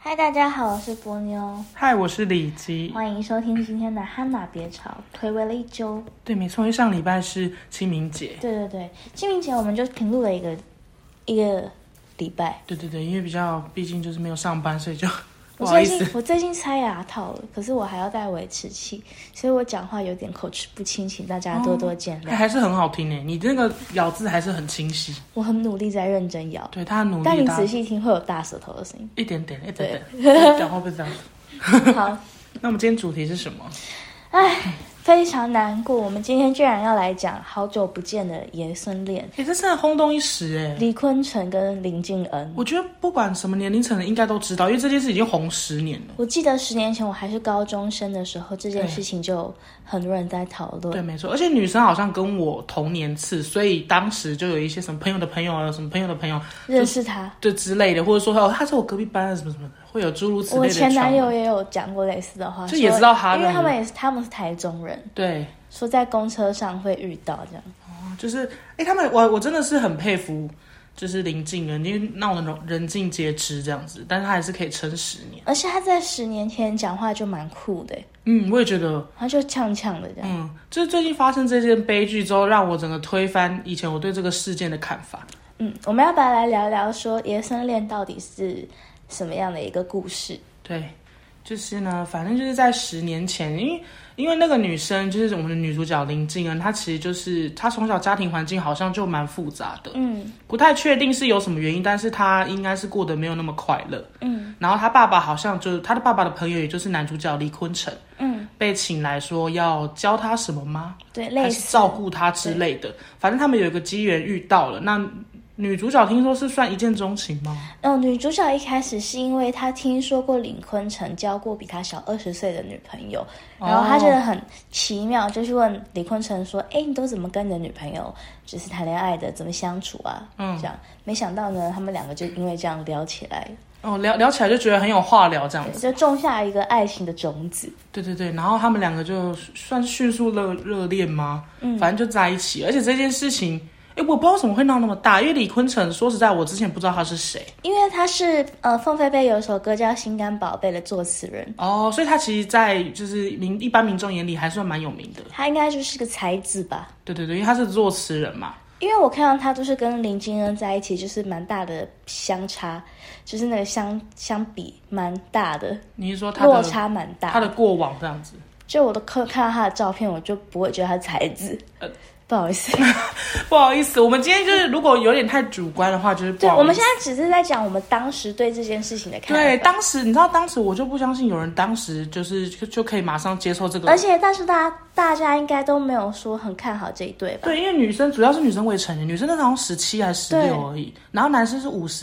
嗨，大家好，我是波妞。 嗨，我是李基。 欢迎收听今天的哈娜别吵，睽违了一周。 对，没错，因为上礼拜是清明节。 对，清明节我们就平录了一个礼拜。 对，因为毕竟就是没有上班，所以就不好意思。 我最近拆牙套了，可是我还要戴维持器，所以我讲话有点口齿不清，请大家多多见谅。 还是很好听诶，你那个咬字还是很清晰。 我很努力在认真咬， 对他很努力， 但你仔细听会有大舌头的声音， 一点点。讲话不是这样子。好， 那我们今天主题是什么？ 非常难过，我们今天居然要来讲好久不见的爷孙恋。 这真的轰动一时李坤城跟林敬恩。 我觉得不管什么年龄层的应该都知道，因为这件事已经红10年了。 我记得10年前我还是高中生的时候，这件事情就很多人在讨论。 对，没错，而且女生好像跟我同年次，所以当时就有一些什么朋友的朋友啊，什么朋友的朋友认识他， 对之类的，或者说他是我隔壁班的什么什么的，会有诸如此类的。 我前男友也有讲过类似的话， 就也知道他， 因为他们是台中人， 对， 说在公车上会遇到这样。 就是我真的是很佩服，就是林敬恩，因为闹得人尽皆知这样子，但是他还是可以撑10年， 而且他在10年前讲话就蛮酷的。 我也觉得， 他就呛呛的这样。 就是最近发生这件悲剧之后，让我整个推翻以前我对这个事件的看法。 我们要不要来聊聊说爷孙恋到底是什么样的一个故事？ 对，就是呢，反正就是在10年前，因为那个女生就是我们的女主角林敬恩，她其实就是她从小家庭环境好像就蛮复杂的，不太确定是有什么原因，但是她应该是过得没有那么快乐，然后她爸爸好像就是她的爸爸的朋友，也就是男主角李坤城，被请来说要教他什么吗？ 对，类似还是照顾他之类的，反正他们有一个机缘遇到了。那女主角听说是算一见钟情吗？ 女主角一开始是因为她听说过李坤城交过比她小20岁的女朋友，然后她觉得很奇妙，就去问李坤城说：“你都怎么跟你的女朋友就是谈恋爱的？怎么相处啊？”这样，没想到呢，他们两个就因为这样聊起来。 聊起来就觉得很有话聊，这样子就种下一个爱情的种子。 对，然后他们两个就算是迅速热恋吗？反正就在一起，而且这件事情。我不知道为什么会闹那么大，因为李坤城说实在，我之前不知道他是谁， 因为他是凤飞飞有一首歌叫《心肝宝贝》的作词人所以他其实，在就是一般民众眼里还算蛮有名的。 他应该就是个才子吧？ 对，因为他是作词人嘛。 因为我看到他都是跟林敬恩在一起，就是蛮大的相差，就是那个相比蛮大的。 你是说他的落差蛮大？ 他的过往这样子， 就我都看到他的照片，我就不会觉得他是才子。不好意思， 不好意思，我们今天就是如果有点太主观的话，就是不好意思。 对，我们现在只是在讲我们当时对这件事情的看法。 对，当时你知道，当时我就不相信有人当时就可以马上接受这个， 但是大家应该都没有说很看好这一对吧？ 对，因为主要是女生未成年，女生那好像17还是16而已，然后男生是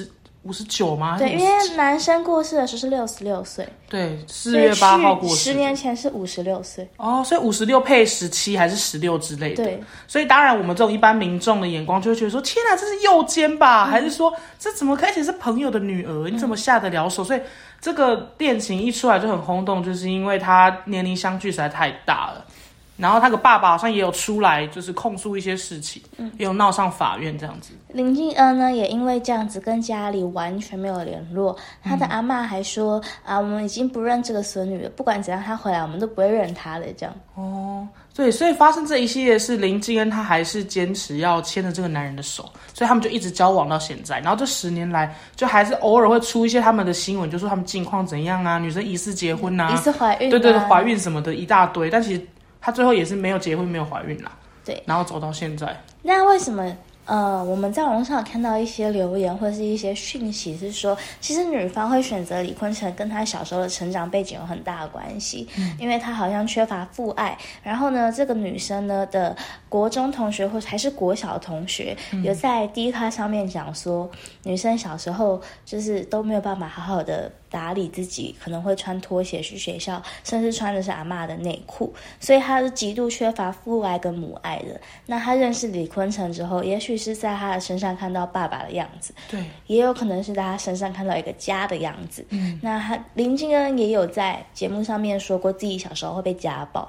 59吗？ 对，因为男生过世的时候是66岁， 对，4月8号过世， 10年前是56岁。 所以56配17还是16之类的。对，所以当然我们这种一般民众的眼光就会觉得说，天哪，这是诱奸吧？还是说这怎么可以？而且是朋友的女儿，你怎么下得了手？所以这个恋情一出来就很轰动，就是因为他年龄相距实在太大了。然后他的爸爸好像也有出来，就是控诉一些事情，也有闹上法院这样子。 林敬恩呢，也因为这样子跟家里完全没有联络。他的阿嬷还说我们已经不认这个孙女了，不管怎样，他回来我们都不会认他的这样。 对，所以发生这一系列是林敬恩他还是坚持要牵着这个男人的手，所以他们就一直交往到现在。然后这10年来，就还是偶尔会出一些他们的新闻，就说他们近况怎样啊，女生疑似结婚啊， 疑似怀孕， 对，怀孕什么的一大堆，但其实他最后也是没有结婚，没有怀孕啦。 对， 然后走到现在。 那为什么我们在网上有看到一些留言或者是一些讯息，是说其实女方会选择李坤城跟他小时候的成长背景有很大的关系，因为他好像缺乏父爱。然后呢，这个女生呢的国中同学或还是国小同学，有在D咖上面讲说，女生小时候就是都没有办法好好的打理自己，可能会穿拖鞋去学校，甚至穿的是阿嬷的内裤，所以她是极度缺乏父爱跟母爱的。那她认识李坤城之后，也许是在他的身上看到爸爸的样子， 对， 也有可能是在他身上看到一个家的样子。那林敬恩也有在节目上面说过自己小时候会被家暴。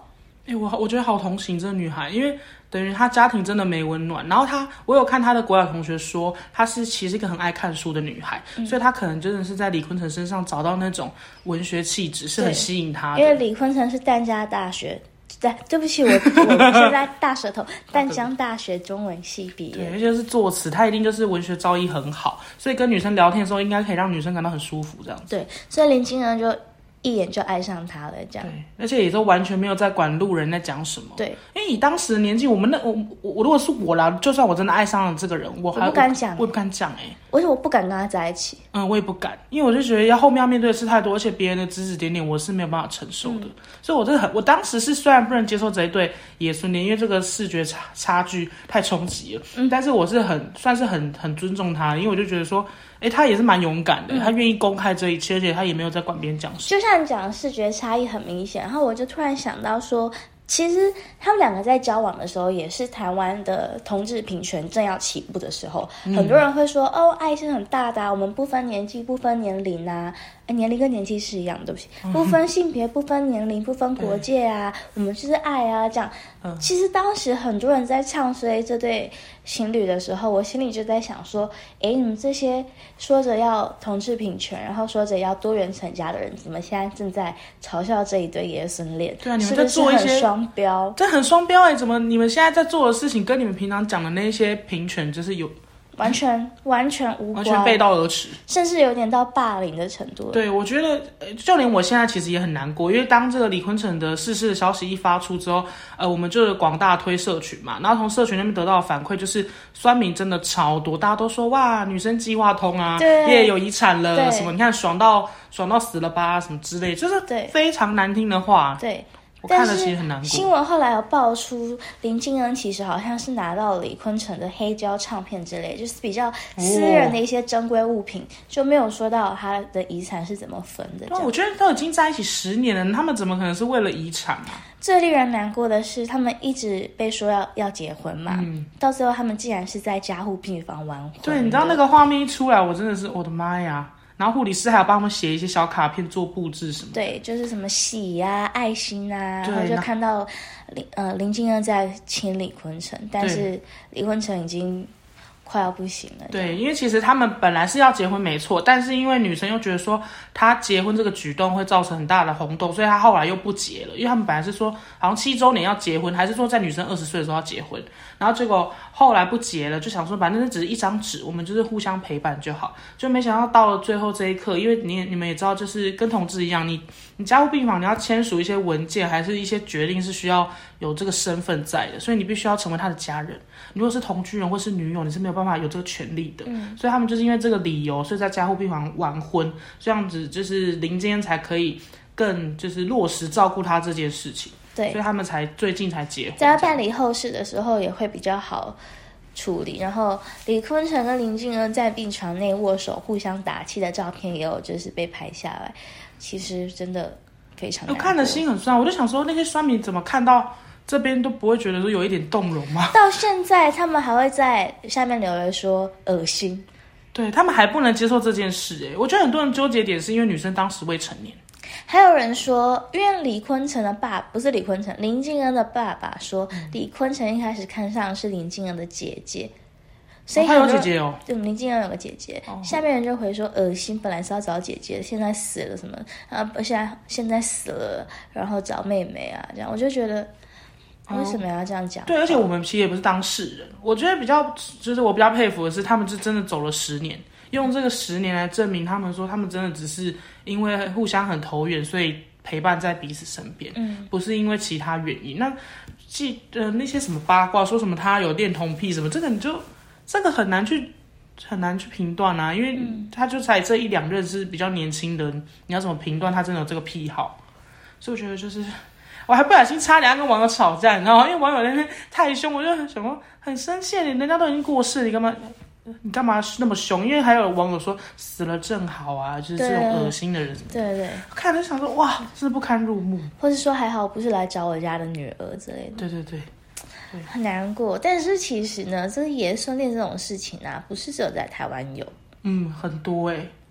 我觉得好同情这个女孩，因为等于她家庭真的没温暖。然后我有看她的国小同学说，她其实是一个很爱看书的女孩，所以她可能真的是在李坤城身上找到那种文学气质，是很吸引她的。 因为李坤城是淡江大学。对不起，我现在大舌头，淡江大学中文系毕业， 对，而且是作词，他一定就是文学造诣很好，所以跟女生聊天的时候，应该可以让女生感到很舒服，这样子。 对，所以林金恩就一眼就爱上他了，这样。 对，而且也都完全没有在管路人在讲什么。 对， 因为以当时的年纪，我如果是我啦，就算我真的爱上了这个人，我不敢讲， 我也不敢讲而且我不敢跟他在一起。 我也不敢，因为我就觉得后面要面对的事太多，而且别人的指指点点我是没有办法承受的。所以我当时是虽然不能接受这一对爷孙恋，因为这个视觉差距太冲击了，但是我是算是很尊重他，因为我就觉得说，他也是蛮勇敢的，他愿意公开这一切，而且他也没有在管别人讲什么。 就像你讲的视觉差异很明显，然后我就突然想到说，其实他们两个在交往的时候，也是台湾的同志平权正要起步的时候。很多人会说，爱是很大的，我们不分年纪、不分年龄啊，年龄跟年纪是一样的，对不起，不分性别、不分年龄、不分国界啊，我们就是爱啊，这样。其实当时很多人在唱衰这对情侣的时候，我心里就在想说，你们这些说着要同志平权，然后说着要多元成家的人，怎么现在正在嘲笑这一对爷孙恋？ 对啊，你们在做一些很双标， 这很双标怎么你们现在在做的事情跟你们平常讲的那些平权就是有完全无关， 完全背道而驰， 甚至有点到霸凌的程度。 对，我觉得就连我现在其实也很难过，因为当这个李坤城的逝世的消息一发出之后，我们就广大推社群嘛，然后从社群那边得到的反馈就是酸民真的超多，大家都说哇，女生计划通啊，也有遗产了，什么你看爽到死了吧，什么之类，就是非常难听的话。 对。 我看了其实很难过。 新闻后来有爆出林敬恩其实好像是拿到李坤城的黑胶唱片之类，就是比较私人的一些珍贵物品，就没有说到他的遗产是怎么分的。 我觉得都已经在一起10年了，他们怎么可能是为了遗产啊？ 最令人难过的是，他们一直被说要结婚嘛，到最后他们竟然是在加护病房完婚。 对，你知道那个画面一出来，我真的是我的妈呀！然后护理师还有帮他们写一些小卡片做布置什么的。对， 就是什么喜啊、爱心啊，然后就看到林敬恩在亲李坤城，但是李坤城已经快要不行了。 对，因为其实他们本来是要结婚没错，但是因为女生又觉得说她结婚这个举动会造成很大的轰动，所以她后来又不结了。因为他们本来是说好像7周年要结婚，还是说在女生20岁的时候要结婚，然后结果后来不结了，就想说反正只是一张纸，我们就是互相陪伴就好。就没想到到了最后这一刻，因为你们也知道，就是跟同志一样，你加护病房你要签署一些文件，还是一些决定是需要有这个身份在的，所以你必须要成为他的家人。如果是同居人或是女友，你是没有办法有这个权利的。所以他们就是因为这个理由，所以在加护病房完婚，这样子就是林敬恩才可以更就是落实照顾他这件事情。对，所以他们最近才结婚。 在办理后事的时候也会比较好处理。然后李坤城跟林敬恩在病床内握手互相打气的照片也有就是被拍下来，其实真的非常难过。 我看了心很酸，我就想说那些酸民怎么看到这边都不会觉得说有一点动容吗？ 到现在他们还会在下面留言说恶心。 对，他们还不能接受这件事。我觉得很多人纠结点是因为女生当时未成年。 还有人说，因为李坤城的不是李坤城，林敬恩的爸爸说，李坤城一开始看上是林敬恩的姐姐，所以他有姐姐哦。 对，林敬恩有个姐姐。下面人就回说，恶心，本来是要找姐姐，现在死了什么？现在死了，然后找妹妹啊，这样我就觉得。为什么要这样讲？ 对，而且我们其实也不是当事人。我觉得就是我比较佩服的是，他们是真的走了10年，用这个10年来证明他们说他们真的只是因为互相很投缘，所以陪伴在彼此身边，不是因为其他原因。那些什么八卦，说什么他有恋童癖什么，这个很难去评断啊，因为他就才这1-2任是比较年轻的，你要怎么评断他真的有这个癖好？所以我觉得就是。我还不小心差点跟网友吵架，你知道吗？因为网友那边太凶，我就想说很生气，人家都已经过世，你干嘛那么凶？因为还有网友说死了正好啊，就是这种恶心的人。 对， 看了就想说哇，真的不堪入目。 或是说还好不是来找我家的女儿之类的。 对， 很难过。但是其实呢，这爷孙恋这种事情啊，不是只有在台湾有， 很多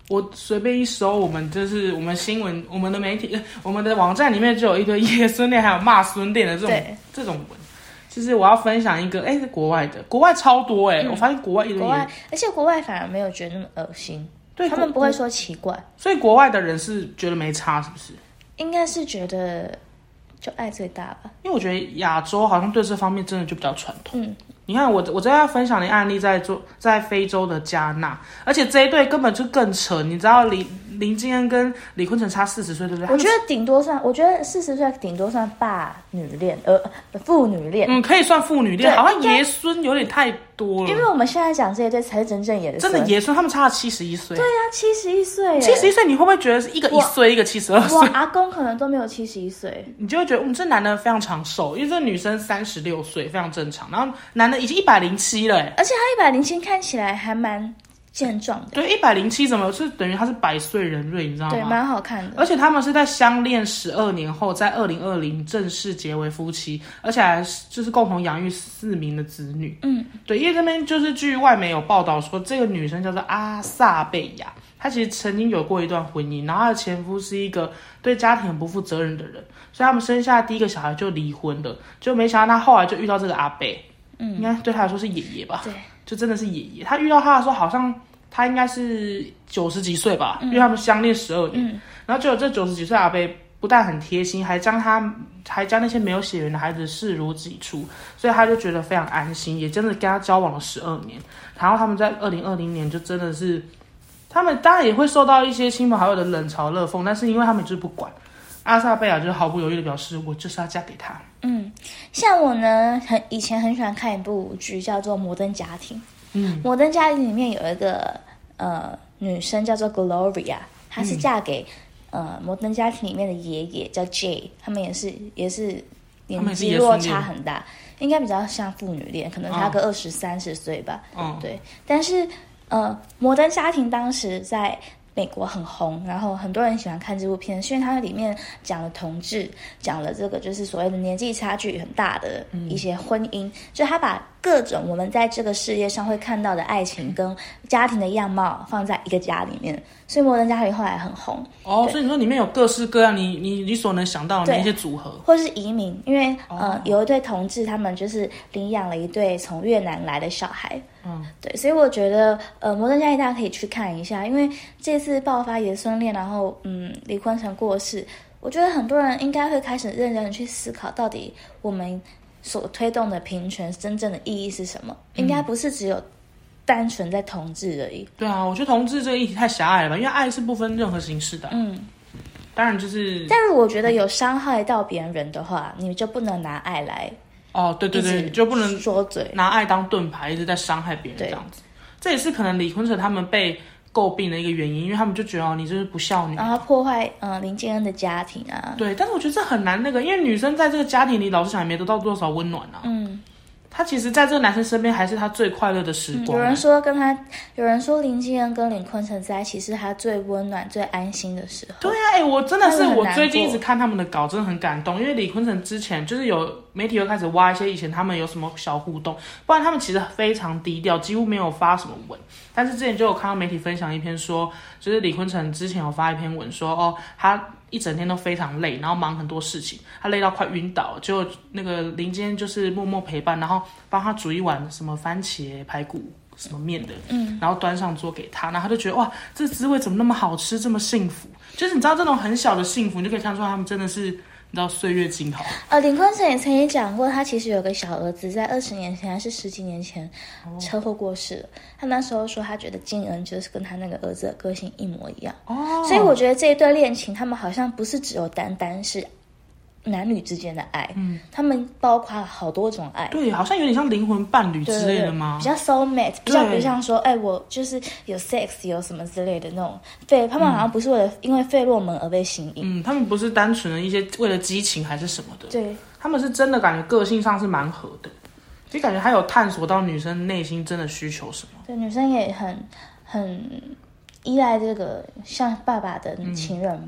我随便一搜，我们新闻，我们的媒体，我们的网站里面就有一堆爷孙恋，还有骂孙恋的这种文。其实我要分享一个，是国外的，国外超多我发现国外而且国外反而没有觉得那么恶心， 对， 他们不会说奇怪， 所以国外的人是觉得没差，是不是？ 应该是觉得就爱最大吧， 因为我觉得亚洲好像对这方面真的就比较传统。你看我这要分享的案例在非洲的加纳，而且这一对根本就更扯，你知道林敬恩跟李坤城差40岁，对不对？ 我觉得40岁顶多算爸女恋，父女恋。 可以算父女恋，好像爷孙有点太多了。 因为我们现在讲这一对才是真正爷孙， 真的爷孙，他们差了71岁。 对啊，71岁 ，71岁，你会不会觉得是一个1岁，一个72岁？ 我阿公可能都没有71岁， 你就会觉得，这男的非常长寿，因为这女生36岁，非常正常，然后男的已经107了， 而且他107看起来还蛮健壮的。 对107怎么是等于他是100岁人瑞，你知道吗？ 对，蛮好看的。 而且他们是在相恋12年后，在2020正式结为夫妻，而且还就是共同养育4名的子女。对，因为这边就是据外媒有报道说，这个女生叫做阿萨贝亚，她其实曾经有过一段婚姻，然后她的前夫是一个对家庭很不负责任的人，所以他们生下第一个小孩就离婚了，就没想到她后来就遇到这个阿贝。应该对他来说是爷爷吧？ 对， 就真的是爷爷。他遇到他的时候，好像他应该是90几岁吧，因为他们相恋12年。然后就有这90几岁阿伯不但很贴心，还将那些没有血缘的孩子视如己出，所以他就觉得非常安心，也真的跟他交往了12年。然后他们在2020年就真的是，他们当然也会受到一些亲朋好友的冷嘲热讽，但是因为他们就是不管。阿萨贝亚就是毫不犹豫的表示，我就是要嫁给他。 像我呢，以前很喜欢看一部剧，叫做《摩登家庭》。摩登家庭里面有一个女生叫做 Gloria， 她是嫁给摩登家庭里面的爷爷叫 Jay， 他们也是年纪落差很大，应该比较像父女恋，可能差个20-30岁吧。对。但是摩登家庭当时在美国很红，然后很多人喜欢看这部片，是因为它里面讲了同志，讲了这个就是所谓的年纪差距很大的一些婚姻，就他把各种我们在这个世界上会看到的爱情跟家庭的样貌放在一个家里面，所以摩登家庭后来很红。 所以你说里面有各式各样你所能想到的那些组合， 或是移民，因为有一对同志，他们就是领养了一对从越南来的小孩。对，所以我觉得摩登家庭大家可以去看一下，因为这次爆发爷孙恋，然后李坤城过世，我觉得很多人应该会开始认真的去思考，到底我们所推动的平权真正的意义是什么？应该不是只有单纯在同志而已。 对啊，我觉得同志这个议题太狭隘了吧，因为爱是不分任何形式的。当然就是， 但是我觉得有伤害到别人的话，你就不能拿爱来。 对，你就不能说嘴， 拿爱当盾牌，一直在伤害别人这样子。这也是可能李坤城他们被诟病的一个原因，因为他们就觉得你就是不孝女， 然后破坏林建恩的家庭啊。 对，但是我觉得这很难因为女生在这个家庭里，老实讲也没得到多少温暖啊。他其实在这个男生身边还是他最快乐的时光。 有人说林敬恩跟林坤城在一起是他最温暖最安心的时候。 对啊，我真的是我最近一直看他们的稿真的很感动，因为李坤城之前就是有媒体又开始挖一些以前他们有什么小互动，不然他们其实非常低调，几乎没有发什么文。但是之前就有看到媒体分享一篇说，就是李坤城之前有发一篇文说他一整天都非常累，然后忙很多事情，他累到快晕倒，结果那个林今天就是默默陪伴，然后帮他煮一碗什么番茄排骨什么面的，然后端上桌给他，然后他就觉得哇，这滋味怎么那么好吃，这么幸福，就是你知道这种很小的幸福，你就可以看出来他们真的是你知道岁月静好。 林坤城也曾经讲过，他其实有个小儿子，在20年前还是10几年前车祸过世了。他那时候说，他觉得敬恩就是跟他那个儿子的个性一模一样。所以我觉得这一对恋情，他们好像不是只有单单是男女之间的爱，他们包括了好多种爱。 对，好像有点像灵魂伴侣之类的吗？ 比较 soul mate， 比较不像说，我就是有 sex 有什么之类的那种他们好像不是为了因为费洛蒙而被吸引。 他们不是单纯的一些为了激情还是什么的。 对， 他们是真的感觉个性上是蛮合的，就感觉还有探索到女生内心真的需求什么。 对，女生也很依赖这个像爸爸的情人吧。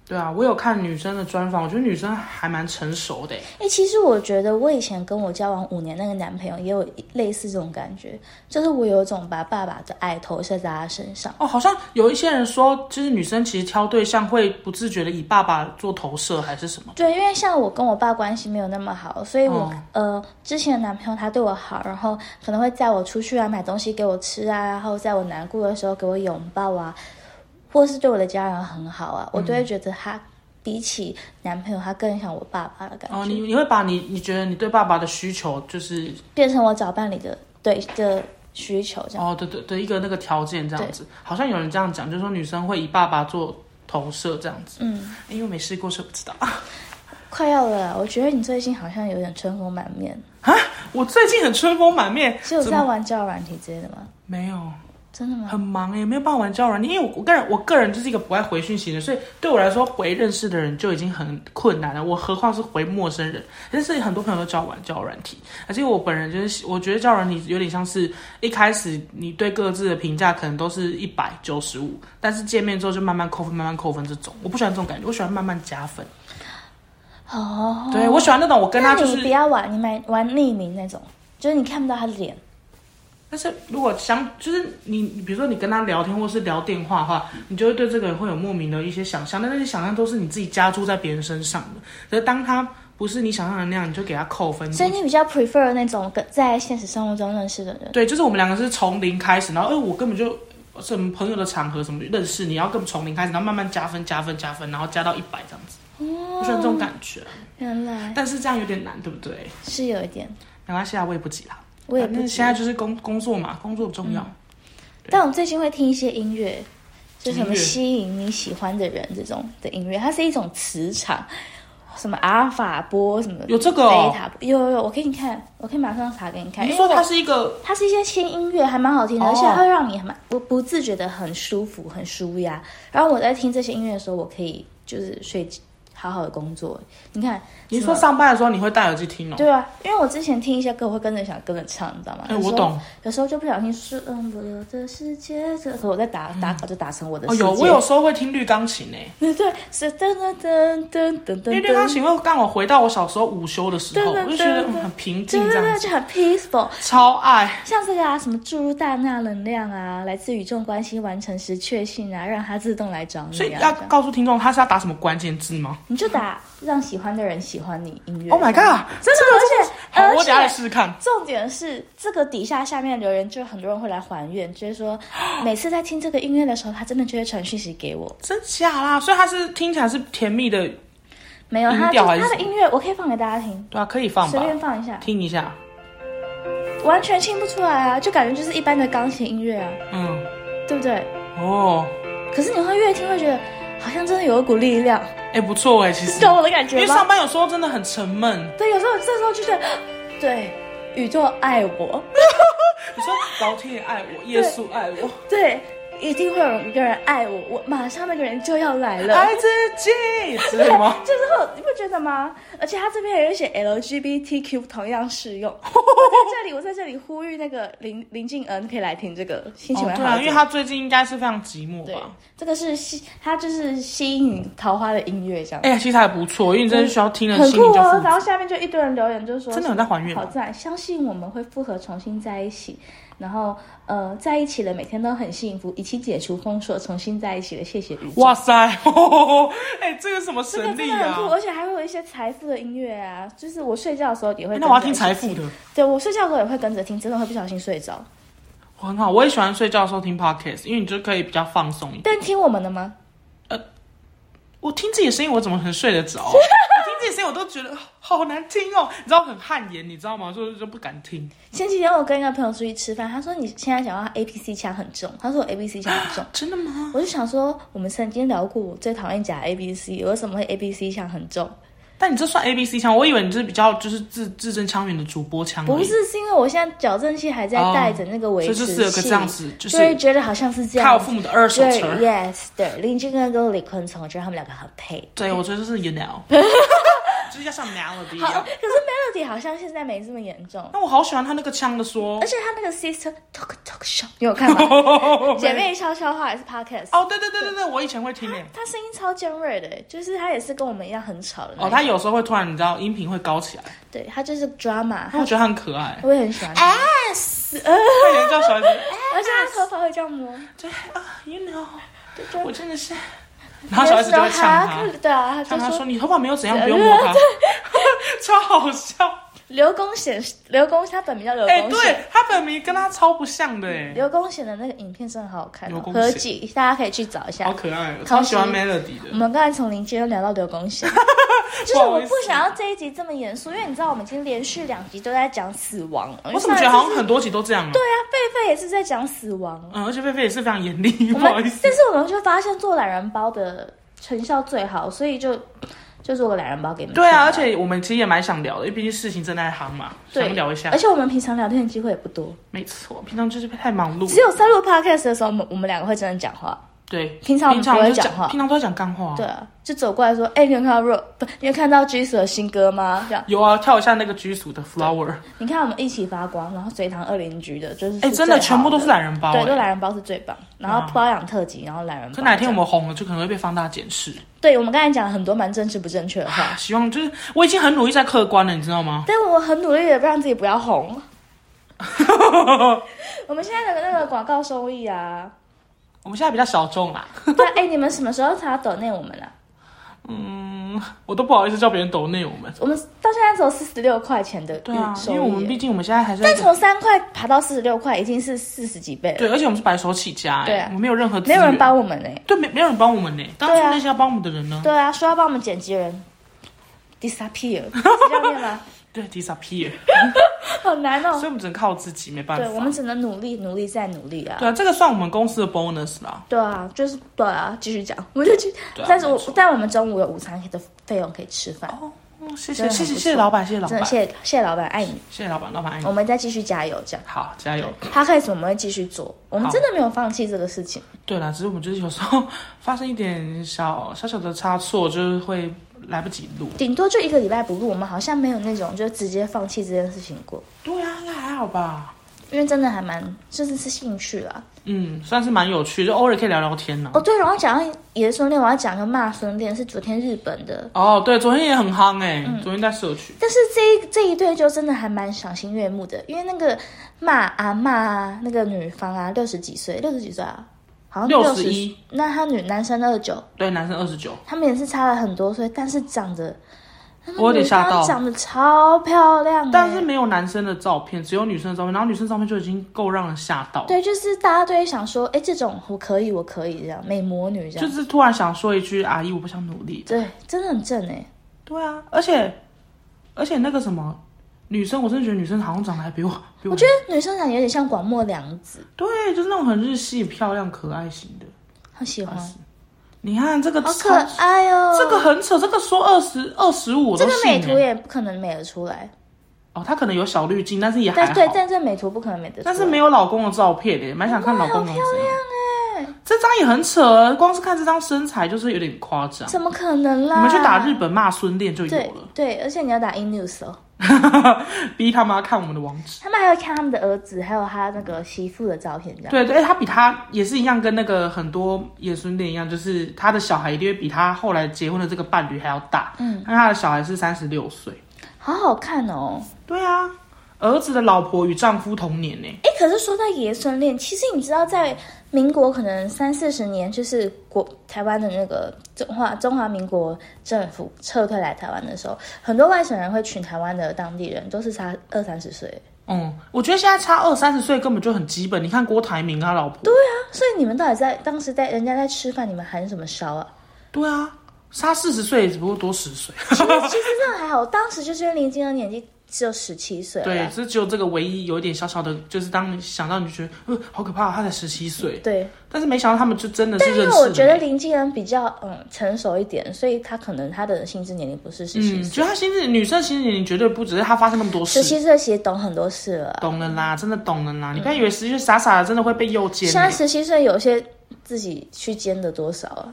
对啊，我有看女生的专访，我觉得女生还蛮成熟的。 其实我觉得我以前跟我交往5年那个男朋友也有类似这种感觉，就是我有一种把爸爸的爱投射在他身上。 好像有一些人说，就是女生其实挑对象会不自觉的以爸爸做投射还是什么。 对，因为像我跟我爸关系没有那么好，所以我之前的男朋友他对我好，然后可能会载我出去啊，买东西给我吃啊，然后在我难过的时候给我拥抱啊，或是对我的家人很好啊，我都会觉得他比起男朋友他更像我爸爸的感觉。 你会把你觉得你对爸爸的需求就是变成我找伴侣的需求这样。 的一个那个条件这样子。好像有人这样讲，就是说女生会以爸爸做投射这样子。因为我没试过，所以不知道。 快要了，我觉得你最近好像有点春风满面啊！我最近很春风满面， 是有在玩交友软体之类的吗？ 没有。 真的吗？ 很忙没有办法玩交友软体，因为我个人就是一个不爱回讯息的，所以对我来说回认识的人就已经很困难了，我何况是回陌生人。但是很多朋友都教我玩交友软体，而且我本人就是我觉得交友软体有点像是一开始你对各自的评价可能都是100、95，但是见面之后就慢慢扣分这种，我不喜欢这种感觉，我喜欢慢慢加分。对，我喜欢那种我跟他就是。 你不要玩，你玩匿名那种，就是你看不到他的脸。 但是如果就是你比如说你跟他聊天或是聊电话的话，你就会对这个人会有莫名的一些想象，但那些想象都是你自己加注在别人身上的。可是当他不是你想象的那样，你就给他扣分。 所以你比较 prefer 那种在现实生活中认识的人？ 对，就是我们两个是从零开始，然后我根本就什么朋友的场合什么认识你，要根本从零开始，然后慢慢加分，然后加到100这样子。我喜欢这种感觉。 原来。 但是这样有点难，对不对？ 是有一点。 没关系啊，我也不急啦。 我也不急， 现在就是工作嘛，工作重要。 但我最近会听一些音乐，就什么吸引你喜欢的人这种的音乐，它是一种磁场，什么阿尔法波什么有这个贝塔波，有，我给你看，我可以马上查给你看。 你说它是一些轻音乐，还蛮好听的，而且它会让你不自觉的很舒服、很舒压。然后我在听这些音乐的时候，我可以就是好好的工作。你看， 你说上班的时候你会戴耳机听哦？ 对啊，因为我之前听一些歌，我会跟着唱，你知道吗？ 我懂。 有时候就不小心是我的世界，这我在打稿就打成我的世界。 我有时候会听绿钢琴对，是噔噔噔噔噔噔。 因为绿钢琴会让我回到我小时候午休的时候，我就觉得很平静，这样子就很 peaceful， 超爱。 像这个什么注入大纳能量啊，来自宇宙关系完成时确信啊，让它自动来找你。 所以要告诉听众，他是要打什么关键字吗？ 你就打让喜欢的人喜欢你音乐。 Oh my god！ 真的， 而且我等下来试试看。 重点是这个下面留言，就很多人会来还愿，就是说每次在听这个音乐的时候，他真的就会传讯息给我。 真假啦？所以他是听起来是甜蜜的， 没有他的音乐，我可以放给大家听。 对啊，可以放吧， 随便放一下， 听一下， 完全听不出来啊，就感觉就是一般的钢琴音乐啊，对不对？可是你会越听会觉得。好像真的有一股力量， 不错其实懂我的感觉吗？ 因为上班有时候真的很沉闷， 对，有时候这时候就觉得，对，宇宙爱我， 你说老天爷爱我，耶稣爱我， 对，一定会有一个人爱我，我马上那个人就要来了， 爱自己，知道吗？ 就是你不觉得吗？而且他这边也有写 LGBTQ 同样适用。我在这里呼吁那个林敬恩可以来听这个，心情会好。对啊，因为他最近应该是非常寂寞吧。 这个是他就是吸引桃花的音乐这样。 其实还不错，因为你真的需要听的很酷哦。然后下面就一堆人留言，就说真的有在还愿， 好赞，相信我们会复合，重新在一起。然后在一起了，每天都很幸福，一起解除封锁，重新在一起了，谢谢宇宙。 哇塞，这个什么神力啊！ 这个真的很酷，而且还会有一些财富的音乐啊，就是我睡觉的时候也会。 那我要听财富的。 对，我睡觉的时候也会跟着听，真的会不小心睡着。 很好，我也喜欢睡觉的时候听 podcast， 因为你就可以比较放松一点。 但听我们的吗？ 我听自己的声音，我怎么可能睡得着？我听自己的声音，我都觉得好难听哦，你知道很汗颜，你知道吗？所以就不敢听。 前几天我跟一个朋友出去吃饭，他说你现在讲话 APC 腔很重，他说我 APC 腔很重， 真的吗？ 我就想说，我们曾经聊过，我最讨厌讲 ABC， 我为什么会 ABC 腔很重？ 但你这算 ABC 腔，我以为你是比较就是字正腔圆的主播腔。 不是，是因为我现在矫正器还在带着那个维持器， 所以就是有个这样子，就是所以觉得好像是这样。 他有父母的二手车。 对 ，yes， 对，林俊跟李坤城，我觉得他们两个很配。 对，我觉得就是 you know， 就是要像 melody 一样。 可是 melody 好像现在没这么严重。 那我好喜欢他那个腔的说， 而且他那个 sister talk show， 你有看吗？姐妹悄悄话还是 podcast？ 对，我以前会听诶。 他声音超尖锐的，就是他也是跟我们一样很吵的那种。 他有时候会突然你知道音频会高起来， 对，他就是 drama， 我觉得他很可爱， 我也很喜欢。 S， 他也叫小孩子， 而且他头发会这样摸， 对you know， 我真的是。然后小孩子就会呛他， 对啊， 呛他说你头发没有怎样，不用摸他，超好笑。 刘公显他本名叫刘公显， 对他本名跟他超不像的刘公显的那个影片真的好好看，合集大家可以去找一下， 好可爱，超喜欢 Melody 的。 我们刚才从林建聊到刘公显，就是我不想要这一集这么严肃，因为你知道我们已经连续2集都在讲死亡， 我怎么觉得好像很多集都这样啊？ 对啊，狒狒也是在讲死亡， 而且狒狒也是非常严厉，不好意思。 但是我们就发现做懒人包的成效最好，所以就做个懒人包给你们。 对啊，而且我们其实也蛮想聊的，因为毕竟事情正在夯嘛，想聊一下。 而且我们平常聊天的机会也不多， 没错，平常就是太忙碌。 只有在录 podcast 的时候，我们2个会真的讲话。 对， 平常我们不会讲话， 平常都在讲干话。 对啊，就走过来说，你有看到你有看到 Jisoo 的新歌吗？这样有啊，跳一下那个 Jisoo 的 Flower。你看我们一起发光，然后随堂2邻居的，就是真的全部都是懒人包， 对，都懒人包是最棒。然后包养特辑，然后懒人包。 可哪天我们红了，就可能会被放大检视。 对，我们刚才讲了很多蛮政治不正确的话， 希望就是我已经很努力在客观了，你知道吗？ 但我很努力的让自己不要红。我们现在的那个广告收益啊。 我们现在比较小众啦。 对，你们什么时候才要抖内我们啊？ 我都不好意思叫别人抖内我们。 我们到现在只有46块钱的收益。 对啊，因为我们毕竟我们现在还是。 但从3块爬到46块，已经是40几倍了。 对，而且我们是白手起家，对啊，我们没有任何资源，没有人帮我们对，没有人帮我们当初那些要帮我们的人呢？ 对啊，说要帮我们剪辑人 disappear， 是这样念吗？ 对 ，disappear， 好难哦。 所以我们只能靠自己，没办法。 对，我们只能努力再努力啊。 对啊，这个算我们公司的 bonus 啦。 对啊，对啊，继续讲，我就去。但我们中午有午餐的费用可以吃饭。 谢谢老板，谢谢老板， 谢谢老板，爱你。 谢谢老板，老板爱你。 我们再继续加油，这样。 好，加油。 Podcast 我们会继续做，我们真的没有放弃这个事情。 对啦，只是我们就是有时候发生一点小的差错，就是会。来不及录， 顶多就1个礼拜不录，我们好像没有那种就直接放弃这件事情过。 对啊，应该还好吧？ 因为真的还蛮，就是兴趣啦。 算是蛮有趣，就偶尔可以聊聊天呢。 对，然后讲到爷孙恋，我要讲个骂孙恋，是昨天日本的。 对，昨天也很夯昨天在社区。 但是这一对就真的还蛮赏心悦目的，因为那个骂那个女方啊，60几岁啊。好像 61， 那男生29， 对，男生29， 他们也是差了很多岁，但是长得， 我有点吓到， 长得超漂亮， 但是没有男生的照片，只有女生的照片，然后女生照片就已经够让人吓到。 对，就是大家都会想说，这种我可以这样，美魔女这样， 就是突然想说一句，阿姨我不想努力。 对，真的很正对啊，而且那个什么。女生，我真的觉得女生好像长得还比我。 我觉得女生长得有点像广末凉子。 对，就是那种很日系、漂亮、可爱型的。 好喜欢。 你看这个， 好可爱哦！ 这个很扯，这个说25， 这个美图也不可能美得出来。 它可能有小滤镜，但是也还好。 对，但这美图不可能美得出来。 但是没有老公的照片耶，蛮想看老公的。 好漂亮这张也很扯，光是看这张身材就是有点夸张。 怎么可能啦？ 你们去打日本骂孙恋就有了。 对，而且你要打 in-news 哦。 逼他妈看我们的网址， 他们还会看他们的儿子，还有他那个媳妇的照片，这样。 对，他比他也是一样，跟那个很多爷孙恋一样，就是他的小孩一定会比他后来结婚的这个伴侣还要大。因为他的小孩是36岁， 好好看哦。 对啊，儿子的老婆与丈夫同年呢。 可是说到爷孙恋，其实你知道在民国可能30-40年，就是台湾的那个中华民国政府撤退来台湾的时候，很多外省人会娶台湾的当地人，都是差20-30岁。 我觉得现在差20-30岁根本就很基本。你看郭台铭他老婆。 对啊，所以你们到底当时人家在吃饭，你们喊什么烧啊？ 对啊，差40岁只不过多10岁。 其实真的还好，当时就是因为林金的年纪只有17岁， 对，只有这个唯一有一点小小的，就是当你想到你就觉得，好可怕，他才17岁。 对， 但是没想到他们就真的是认识的。 但因为我觉得林金人比较成熟一点，所以他可能他的心智年龄不是17岁。 觉得他女生心智年龄绝对不只是他发生那么多事。 17岁其实懂很多事了， 懂了啦，真的懂了啦。你不要以为17岁傻傻的，真的会被诱奸。 现在17岁有些自己去奸的多少啊？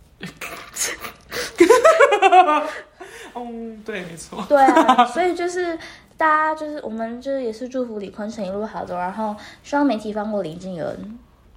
对，没错。 对啊，所以就是大家就是我们就是也是祝福李坤城一路好走，然后希望媒体放过林静儿。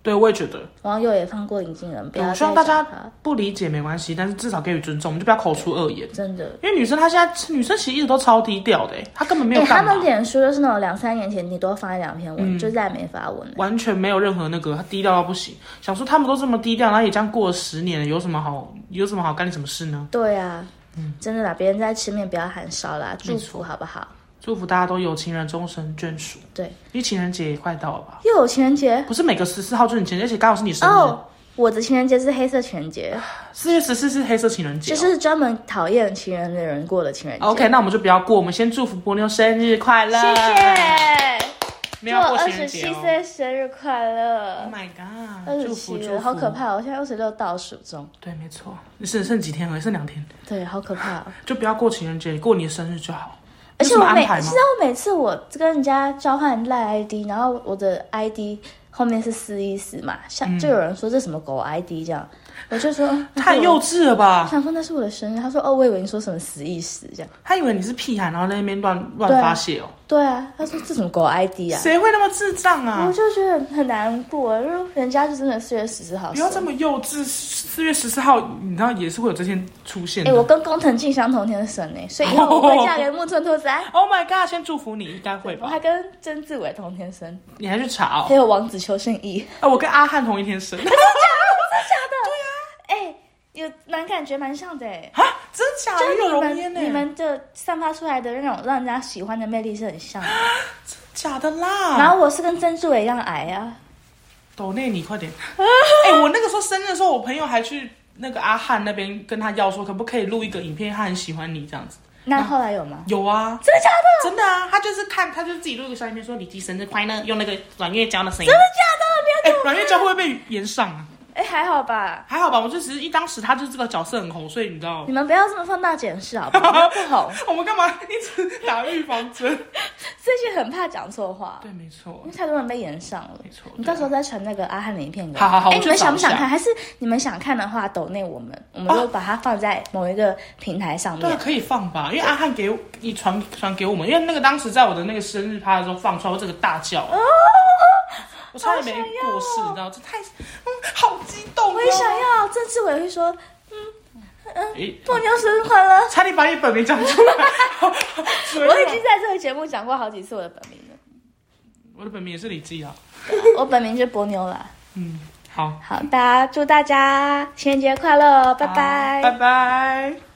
对，我也觉得网友也放过林敬人，不要再我希望大家讲他不理解没关系，但是至少给予尊重，我们就不要口出恶言。 真的， 因为女生她现在女生其实一直都超低调的，她根本没有干嘛。 他们脸书就是那种2-3年前你都放一2篇文，就再也没发文了， 完全没有任何那个，她低调到不行。想说他们都这么低调，然后也这样过了10年了，有什么好干你什么事呢？ 对啊，真的啦，别人在吃面不要喊烧啦，祝福好不好？ 祝福大家都有情人终成眷属。 对， 因为情人节也快到了吧？ 又有情人节， 不是每个14号就是你情人节，而且刚好是你生日。 哦，我的情人节是黑色情人节 4月14是黑色情人节， 就是专门讨厌情人的人过的情人节。 OK， 那我们就不要过，我们先祝福波妞生日快乐， 谢谢。 没有过情人节 27岁生日快乐 ！Oh my god， 祝福祝福， 好可怕！我现在26倒数中。 对，没错，你剩几天了？剩2天。 对，好可怕就不要过情人节，过你的生日就好。 而且我每次我跟人家交换赖 ID， 然后我的 ID 后面是414嘛，就有人说这什么狗 ID 这样，我就说太幼稚了吧！ 我想说那是我的生日，他说哦，我以为你说什么1014这样， 他以为你是屁孩，然后在那边乱发泄哦。 对啊，他说这什么狗 ID 啊？ 谁会那么智障啊？ 我就觉得很难过，就是人家就真的4月14号。 不要这么幼稚，4月14号，你知道也是会有这天出现的。 我跟工藤静香同天生所以以后我会嫁给木村拓哉。 Oh my god！ 先祝福你，应该会吧？ 我还跟曾志伟同天生， 你还去查哦？ 还有王子邱胜义。 我跟阿汉同一天生。 真的假的？对啊。有蛮感觉蛮像的啊，真假的？有容颜你们的散发出来的那种让人家喜欢的魅力是很像的。 真假的啦？ 然后我是跟曾志伟一样矮啊。 抖内你快点！我那个时候生日的时候，我朋友还去那个阿汉那边跟他要说，可不可以录一个影片，他很喜欢你这样子。 那后来有吗？ 有啊。 真的假的？ 真的啊，他就是自己录一个小影片说李基生日快乐，用那个阮月娇的声音。 真的假的？ 阮月娇会不会被延上啊？ 还好吧， 还好吧，我就只是当时他就是这个角色很红，所以你知道。 你们不要这么放大检视好不好？不红。 我们干嘛一直打预防针？ 最近很怕讲错话。 对，没错， 因为太多人被延上了。 没错， 你到时候再传那个阿汉的影片给我。 好， 你们想不想看？还是你们想看的话，抖内我们就把它放在某一个平台上面。 对，可以放吧，因为阿汉给你传给我们，因为那个当时在我的那个生日趴的时候放出来，我这个大叫。我差点没过世，你知道，这太好激动。 我也想要。郑志伟会说，波妞生日快乐。 差点把你本名讲出来。 我已经在这个节目讲过好几次我的本名了。 我的本名也是李记啊。 我本名就是波妞啦。 好， 祝大家情人节快乐，拜拜， 拜拜。